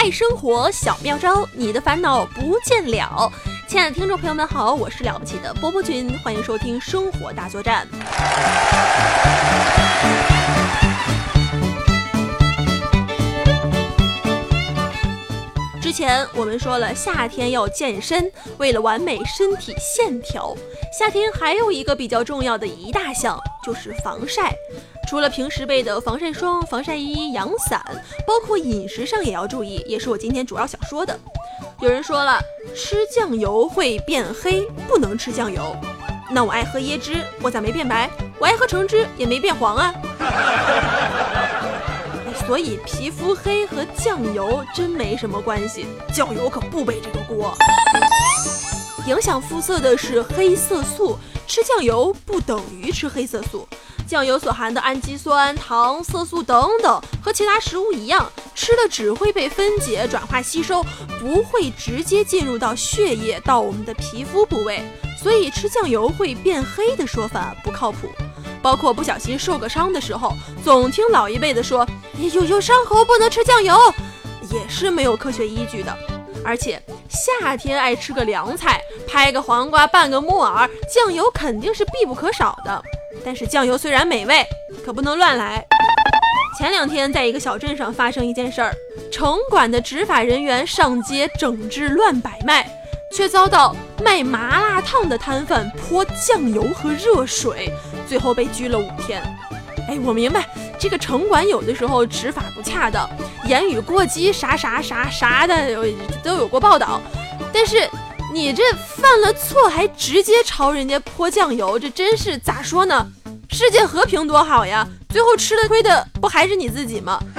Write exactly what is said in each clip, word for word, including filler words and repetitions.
爱生活小妙招，你的烦恼不见了。亲爱的听众朋友们好，我是了不起的波波君，欢迎收听生活大作战。之前我们说了，夏天要健身，为了完美身体线条，夏天还有一个比较重要的一大项就是防晒。除了平时备的防晒霜、防晒衣、阳伞，包括饮食上也要注意，也是我今天主要想说的。有人说了，吃酱油会变黑，不能吃酱油。那我爱喝椰汁，我咋没变白？我爱喝橙汁，也没变黄啊。所以皮肤黑和酱油真没什么关系，酱油可不背这个锅。影响肤色的是黑色素，吃酱油不等于吃黑色素。酱油所含的氨基酸、糖、色素等等，和其他食物一样，吃的只会被分解、转化、吸收，不会直接进入到血液到我们的皮肤部位。所以吃酱油会变黑的说法不靠谱。包括不小心受个伤的时候，总听老一辈的说有有伤口不能吃酱油，也是没有科学依据的。而且夏天爱吃个凉菜，拍个黄瓜拌个木耳，酱油肯定是必不可少的。但是酱油虽然美味，可不能乱来。前两天在一个小镇上发生一件事儿，城管的执法人员上街整治乱摆卖，却遭到卖麻辣烫的摊贩泼酱油和热水，最后被拘了五天。哎，我明白这个城管有的时候执法不恰当，言语过激，啥啥啥啥的都有过报道，但是你这犯了错还直接朝人家泼酱油，这真是咋说呢？世界和平多好呀，最后吃的亏的不还是你自己吗？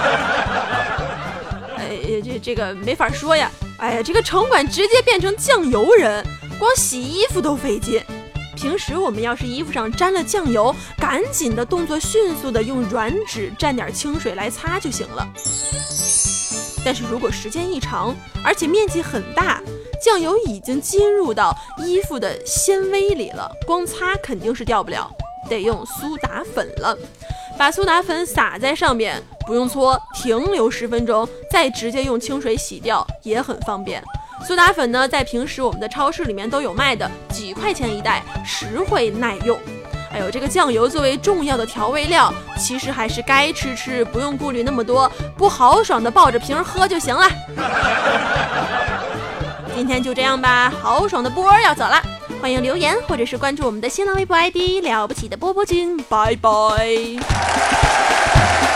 哎，这这个没法说呀。哎呀，这个城管直接变成酱油人，光洗衣服都费劲。平时我们要是衣服上沾了酱油，赶紧的动作迅速的用软纸蘸点清水来擦就行了。但是如果时间一长，而且面积很大，酱油已经浸入到衣服的纤维里了，光擦肯定是掉不了，得用苏打粉了。把苏打粉撒在上面，不用搓，停留十分钟，再直接用清水洗掉，也很方便。苏打粉呢，在平时我们的超市里面都有卖的，几块钱一袋，实惠耐用。哎呦，这个酱油作为重要的调味料，其实还是该吃吃，不用顾虑那么多，不豪爽的抱着瓶喝就行了。今天就这样吧，豪爽的波要走了，欢迎留言或者是关注我们的新浪微博 I D 了不起的波波君，拜拜。